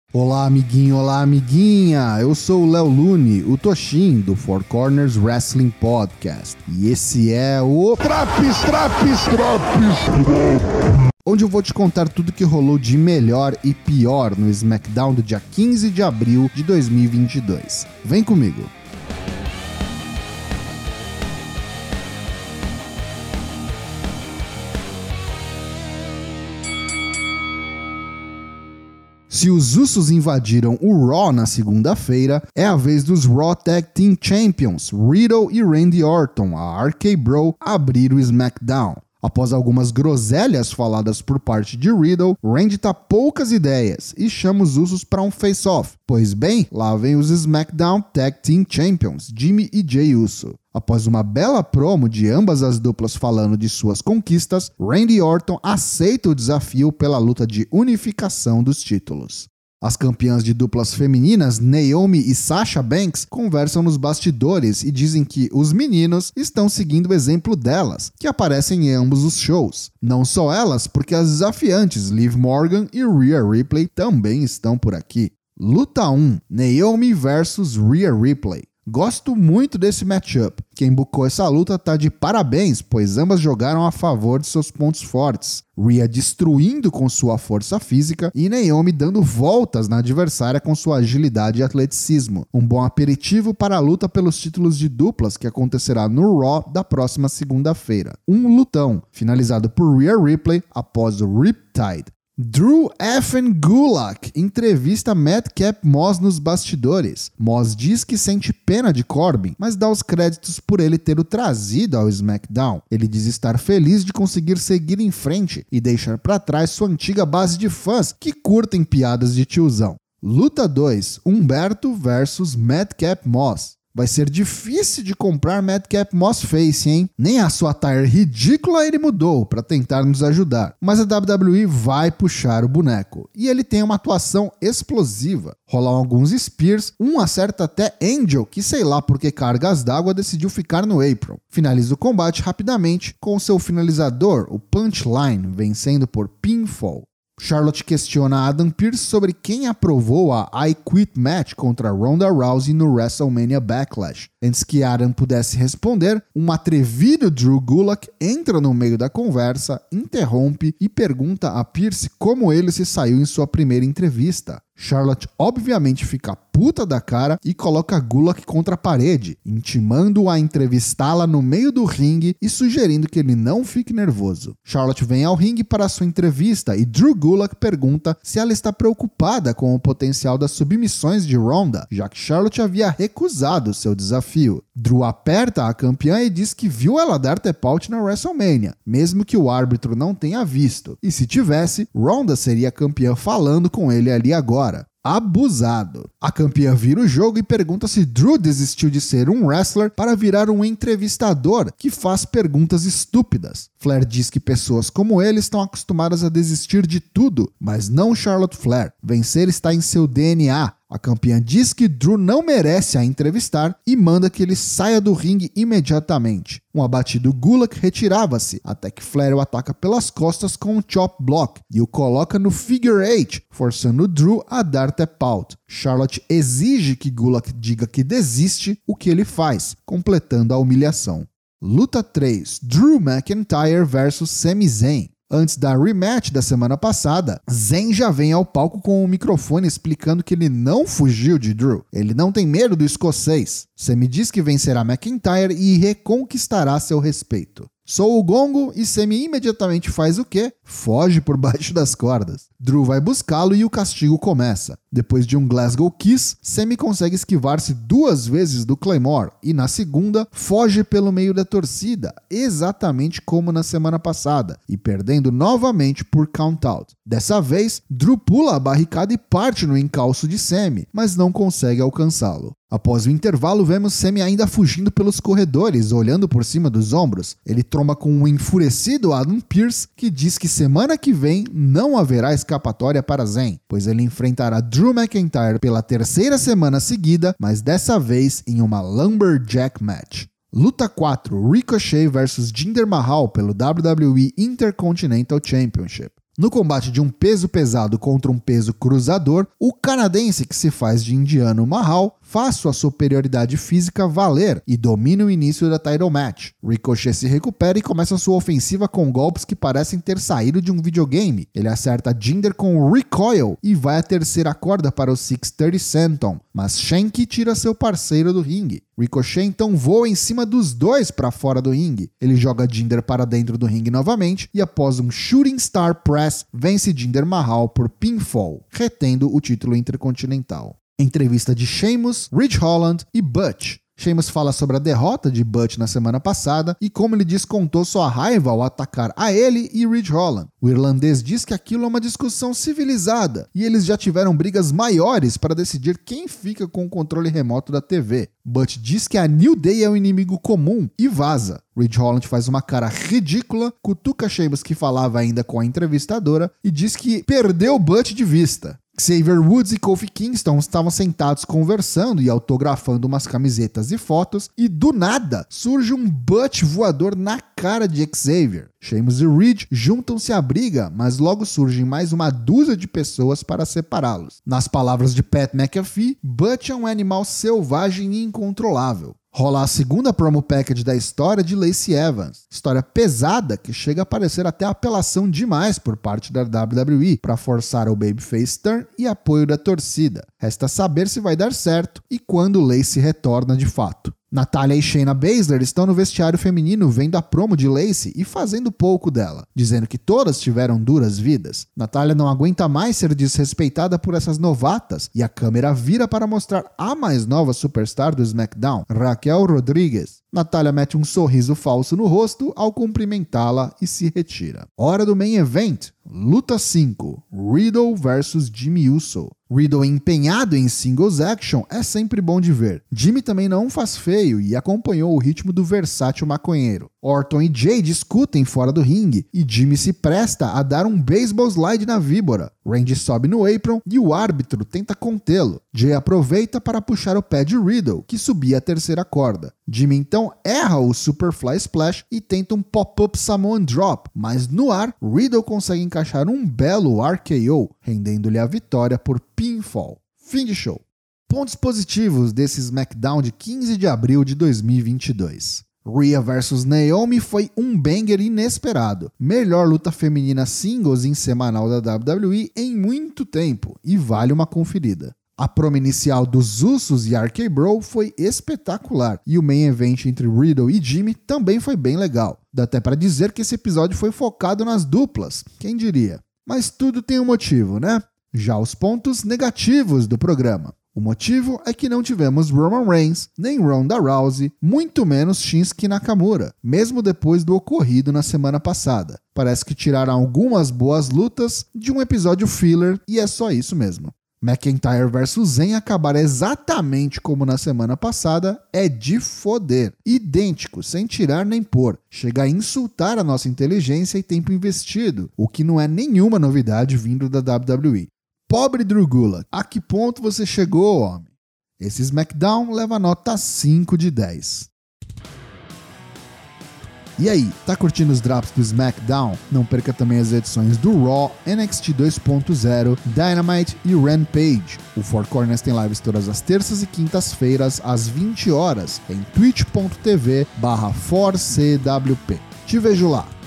Olá, amiguinho, olá, amiguinha! Eu sou o Léo Lune, o Toshin, do Four Corners Wrestling Podcast. E esse é o Traps! Onde eu vou te contar tudo que rolou de melhor e pior no SmackDown do dia 15 de abril de 2022. Vem comigo! Se os Usos invadiram o Raw na segunda-feira, é a vez dos Raw Tag Team Champions, Riddle e Randy Orton, a RK Bro, abrir o SmackDown. Após algumas groselhas faladas por parte de Riddle, Randy tá poucas ideias e chama os Usos para um face-off. Pois bem, lá vem os SmackDown Tag Team Champions, Jimmy e Jey Uso. Após uma bela promo de ambas as duplas falando de suas conquistas, Randy Orton aceita o desafio pela luta de unificação dos títulos. As campeãs de duplas femininas, Naomi e Sasha Banks, conversam nos bastidores e dizem que os meninos estão seguindo o exemplo delas, que aparecem em ambos os shows. Não só elas, porque as desafiantes Liv Morgan e Rhea Ripley também estão por aqui. Luta 1: Naomi vs Rhea Ripley. Gosto muito desse matchup. Quem bucou essa luta tá de parabéns, pois ambas jogaram a favor de seus pontos fortes. Rhea destruindo com sua força física e Naomi dando voltas na adversária com sua agilidade e atleticismo. Um bom aperitivo para a luta pelos títulos de duplas que acontecerá no Raw da próxima segunda-feira. Um lutão, finalizado por Rhea Ripley após o Riptide. Drew F. Gulak entrevista Madcap Moss nos bastidores. Moss diz que sente pena de Corbin, mas dá os créditos por ele ter o trazido ao SmackDown. Ele diz estar feliz de conseguir seguir em frente e deixar para trás sua antiga base de fãs que curtem piadas de tiozão. Luta 2: Humberto vs Madcap Moss. Vai ser difícil de comprar Madcap Moss Face, hein? Nem a sua attire ridícula ele mudou para tentar nos ajudar. Mas a WWE vai puxar o boneco. E ele tem uma atuação explosiva. Rolam alguns spears, um acerta até Angel, que sei lá por que cargas d'água decidiu ficar no apron. Finaliza o combate rapidamente com seu finalizador, o Punchline, vencendo por pinfall. Charlotte questiona Adam Pearce sobre quem aprovou a I Quit Match contra Ronda Rousey no WrestleMania Backlash. Antes que Adam pudesse responder, um atrevido Drew Gulak entra no meio da conversa, interrompe e pergunta a Pearce como ele se saiu em sua primeira entrevista. Charlotte obviamente fica puta da cara e coloca Gulak contra a parede, intimando-o a entrevistá-la no meio do ringue e sugerindo que ele não fique nervoso. Charlotte vem ao ringue para sua entrevista e Drew Gulak pergunta se ela está preocupada com o potencial das submissões de Ronda, já que Charlotte havia recusado seu desafio. Drew aperta a campeã e diz que viu ela dar tap-out na WrestleMania, mesmo que o árbitro não tenha visto. E se tivesse, Ronda seria campeã falando com ele ali agora. Abusado. A campeã vira o jogo e pergunta se Drew desistiu de ser um wrestler para virar um entrevistador que faz perguntas estúpidas. Flair diz que pessoas como ele estão acostumadas a desistir de tudo, mas não Charlotte Flair. Vencer está em seu DNA. A campeã diz que Drew não merece a entrevistar e manda que ele saia do ringue imediatamente. Um abatido Gulak retirava-se, até que Flair o ataca pelas costas com um chop block e o coloca no figure 8, forçando Drew a dar tap out. Charlotte exige que Gulak diga que desiste, o que ele faz, completando a humilhação. Luta 3: Drew McIntyre vs Sami Zayn. Antes da rematch da semana passada, Zayn já vem ao palco com um microfone explicando que ele não fugiu de Drew. Ele não tem medo do escocês. Sami diz que vencerá McIntyre e reconquistará seu respeito. Soa o gongo e Sami imediatamente faz o quê? Foge por baixo das cordas. Drew vai buscá-lo e o castigo começa. Depois de um Glasgow Kiss, Sami consegue esquivar-se 2 vezes do Claymore e na segunda foge pelo meio da torcida, exatamente como na semana passada, e perdendo novamente por count-out. Dessa vez, Drew pula a barricada e parte no encalço de Sami, mas não consegue alcançá-lo. Após o intervalo, vemos Sami ainda fugindo pelos corredores, olhando por cima dos ombros. Ele tromba com um enfurecido Adam Pearce, que diz que semana que vem não haverá escapatória para Zayn, pois ele enfrentará Drew McIntyre pela 3ª semana seguida, mas dessa vez em uma Lumberjack Match. Luta 4: Ricochet vs Jinder Mahal pelo WWE Intercontinental Championship. No combate de um peso pesado contra um peso cruzador, o canadense que se faz de indiano Mahal faz sua superioridade física valer e domina o início da title match. Ricochet se recupera e começa sua ofensiva com golpes que parecem ter saído de um videogame. Ele acerta Jinder com o recoil e vai à terceira corda para o 630 senton, mas Shanky tira seu parceiro do ringue. Ricochet então voa em cima dos dois para fora do ringue. Ele joga Jinder para dentro do ringue novamente e após um Shooting Star Press, vence Jinder Mahal por pinfall, retendo o título intercontinental. Entrevista de Sheamus, Ridge Holland e Butch. Sheamus fala sobre a derrota de Butch na semana passada e como ele descontou sua raiva ao atacar a ele e Ridge Holland. O irlandês diz que aquilo é uma discussão civilizada e eles já tiveram brigas maiores para decidir quem fica com o controle remoto da TV. Butch diz que a New Day é um inimigo comum e vaza. Ridge Holland faz uma cara ridícula, cutuca Sheamus que falava ainda com a entrevistadora e diz que perdeu Butch de vista. Xavier Woods e Kofi Kingston estavam sentados conversando e autografando umas camisetas e fotos e do nada surge um Butch voador na cara de Xavier. Sheamus e Ridge juntam-se à briga, mas logo surgem mais uma dúzia de pessoas para separá-los. Nas palavras de Pat McAfee, Butch é um animal selvagem e incontrolável. Rola a segunda promo package da história de Lacey Evans. História pesada que chega a parecer até apelação demais por parte da WWE para forçar o babyface turn e apoio da torcida. Resta saber se vai dar certo e quando Lacey retorna de fato. Natalya e Shayna Baszler estão no vestiário feminino vendo a promo de Lacey e fazendo pouco dela, dizendo que todas tiveram duras vidas. Natalya não aguenta mais ser desrespeitada por essas novatas e a câmera vira para mostrar a mais nova superstar do SmackDown, Raquel Rodriguez. Natalya mete um sorriso falso no rosto ao cumprimentá-la e se retira. Hora do main event, luta 5, Riddle vs Jimmy Uso. Riddle empenhado em singles action é sempre bom de ver. Jimmy também não faz feio e acompanhou o ritmo do versátil maconheiro. Orton e Jay discutem fora do ringue e Jimmy se presta a dar um baseball slide na víbora. Randy sobe no apron e o árbitro tenta contê-lo. Jay aproveita para puxar o pé de Riddle, que subia a terceira corda. Jimmy então erra o Superfly Splash e tenta um pop-up Samoan Drop, mas no ar, Riddle consegue encaixar um belo RKO, rendendo-lhe a vitória por pinfall. Fim de show. Pontos positivos desse SmackDown de 15 de abril de 2022. Rhea vs Naomi foi um banger inesperado. Melhor luta feminina singles em semanal da WWE em muito tempo e vale uma conferida. A promo inicial dos Usos e RK Bro foi espetacular e o main event entre Riddle e Jimmy também foi bem legal. Dá até pra dizer que esse episódio foi focado nas duplas, quem diria. Mas tudo tem um motivo, né? Já os pontos negativos do programa. O motivo é que não tivemos Roman Reigns, nem Ronda Rousey, muito menos Shinsuke Nakamura, mesmo depois do ocorrido na semana passada. Parece que tiraram algumas boas lutas de um episódio filler e é só isso mesmo. McIntyre vs Zen acabar exatamente como na semana passada é de foder. Idêntico, sem tirar nem pôr. Chega a insultar a nossa inteligência e tempo investido, o que não é nenhuma novidade vindo da WWE. Pobre Drew Gulak, a que ponto você chegou, homem? Esse SmackDown leva nota 5 de 10. E aí, tá curtindo os drops do SmackDown? Não perca também as edições do Raw, NXT 2.0, Dynamite e Rampage. O Four Corners tem lives todas as terças e quintas-feiras, às 20 horas, em twitch.tv/4CWP. Te vejo lá!